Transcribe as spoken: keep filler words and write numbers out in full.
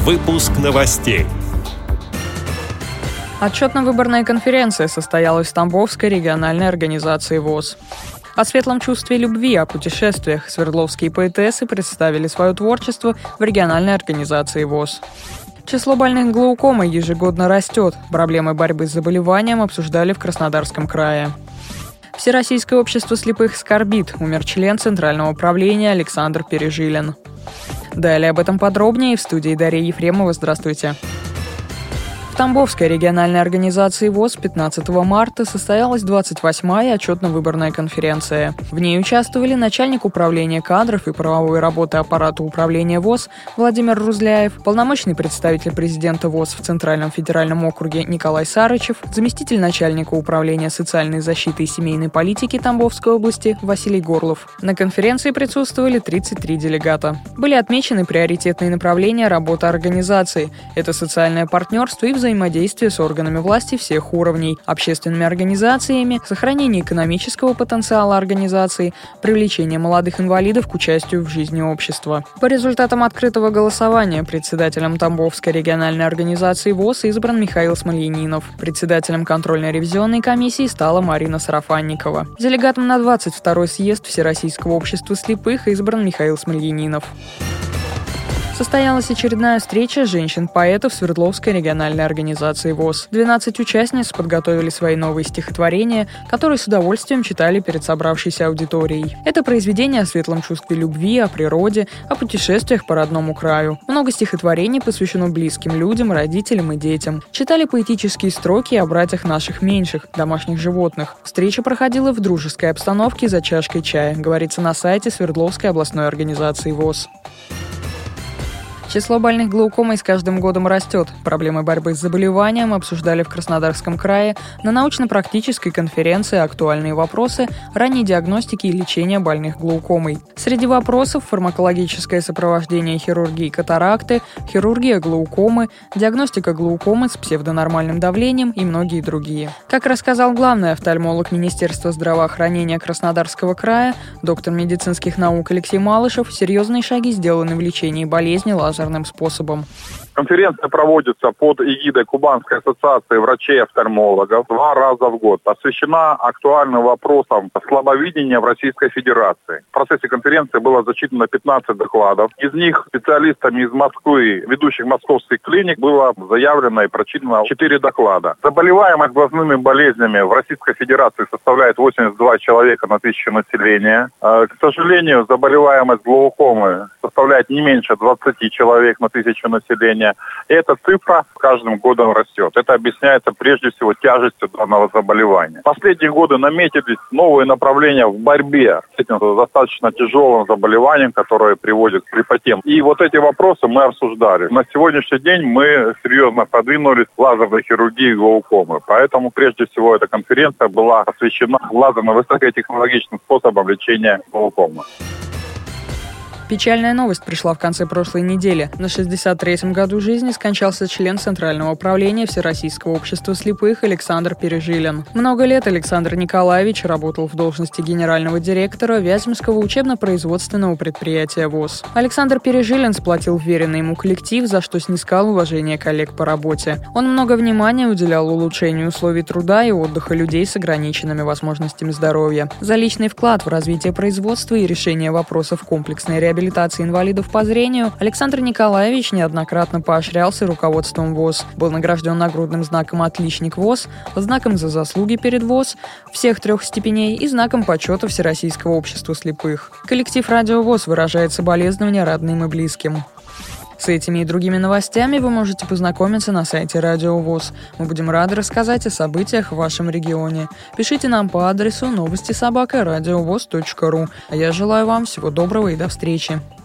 Выпуск новостей. Отчетно-выборная конференция состоялась в Тамбовской региональной организации ВОС. О светлом чувстве любви, о путешествиях свердловские поэтессы представили свое творчество в региональной организации ВОС. Число больных глаукомой ежегодно растет. Проблемы борьбы с заболеванием обсуждали в Краснодарском крае. Всероссийское общество слепых скорбит. Умер член Центрального управления Александр Пережилин. Далее об этом подробнее в студии Дарья Ефремова. Здравствуйте. В Тамбовской региональной организации ВОС пятнадцатого марта состоялась двадцать восьмая отчетно-выборная конференция. В ней участвовали начальник управления кадров и правовой работы аппарата управления ВОС Владимир Рузляев, полномочный представитель президента ВОС в Центральном федеральном округе Николай Сарычев, заместитель начальника управления социальной защиты и семейной политики Тамбовской области Василий Горлов. На конференции присутствовали тридцать три делегата. Были отмечены приоритетные направления работы организации. Это социальное партнерство и взаимодействие с органами власти всех уровней, общественными организациями, сохранение экономического потенциала организации, привлечение молодых инвалидов к участию в жизни общества. По результатам открытого голосования председателем Тамбовской региональной организации ВОС избран Михаил Смольянинов. Председателем контрольно-ревизионной комиссии стала Марина Сарафанникова. Делегатом на двадцать второй съезд Всероссийского общества слепых избран Михаил Смольянинов. Состоялась очередная встреча женщин-поэтов Свердловской региональной организации ВОС. двенадцать участниц подготовили свои новые стихотворения, которые с удовольствием читали перед собравшейся аудиторией. Это произведения о светлом чувстве любви, о природе, о путешествиях по родному краю. Много стихотворений посвящено близким людям, родителям и детям. Читали поэтические строки о братьях наших меньших, домашних животных. Встреча проходила в дружеской обстановке за чашкой чая, говорится на сайте Свердловской областной организации ВОС. Число больных глаукомой с каждым годом растет. Проблемы борьбы с заболеванием обсуждали в Краснодарском крае на научно-практической конференции «Актуальные вопросы ранней диагностики и лечения больных глаукомой». Среди вопросов – фармакологическое сопровождение хирургии катаракты, хирургия глаукомы, диагностика глаукомы с псевдонормальным давлением и многие другие. Как рассказал главный офтальмолог Министерства здравоохранения Краснодарского края, доктор медицинских наук Алексей Малышев, серьезные шаги сделаны в лечении болезни лазером способом. Конференция проводится под эгидой Кубанской ассоциации врачей-офтальмологов два раза в год. Посвящена актуальным вопросам слабовидения в Российской Федерации. В процессе конференции было зачитано пятнадцать докладов. Из них специалистами из Москвы, ведущих московских клиник, было заявлено и прочитано четыре доклада. Заболеваемость глазными болезнями в Российской Федерации составляет восемьдесят два человека на тысячу населения. К сожалению, заболеваемость глаукомы составляет не меньше двадцати человек на тысячу населения. И эта цифра с каждым годом растет. Это объясняется прежде всего тяжестью данного заболевания. В последние годы наметились новые направления в борьбе с этим достаточно тяжелым заболеванием, которое приводит к слепоте. И вот эти вопросы мы обсуждали. На сегодняшний день мы серьезно продвинулись в лазерной хирургии глаукомы. Поэтому прежде всего эта конференция была посвящена лазерно-высокотехнологичным способам лечения глаукомы. Печальная новость пришла в конце прошлой недели. На шестьдесят третьем году жизни скончался член Центрального управления Всероссийского общества слепых Александр Пережилин. Много лет Александр Николаевич работал в должности генерального директора Вяземского учебно-производственного предприятия ВОС. Александр Пережилин сплотил вверенный ему коллектив, за что снискал уважение коллег по работе. Он много внимания уделял улучшению условий труда и отдыха людей с ограниченными возможностями здоровья. За личный вклад в развитие производства и решение вопросов комплексной реабилитации реабилитации инвалидов по зрению Александр Николаевич неоднократно поощрялся руководством ВОС, был награжден нагрудным знаком «Отличник ВОС», знаком за заслуги перед ВОС всех трех степеней и знаком почета Всероссийского общества слепых. Коллектив Радио ВОС выражает соболезнования родным и близким. С этими и другими новостями вы можете познакомиться на сайте Радио ВОС. Мы будем рады рассказать о событиях в вашем регионе. Пишите нам по адресу новости собака радиовос точка ру. А я желаю вам всего доброго и до встречи.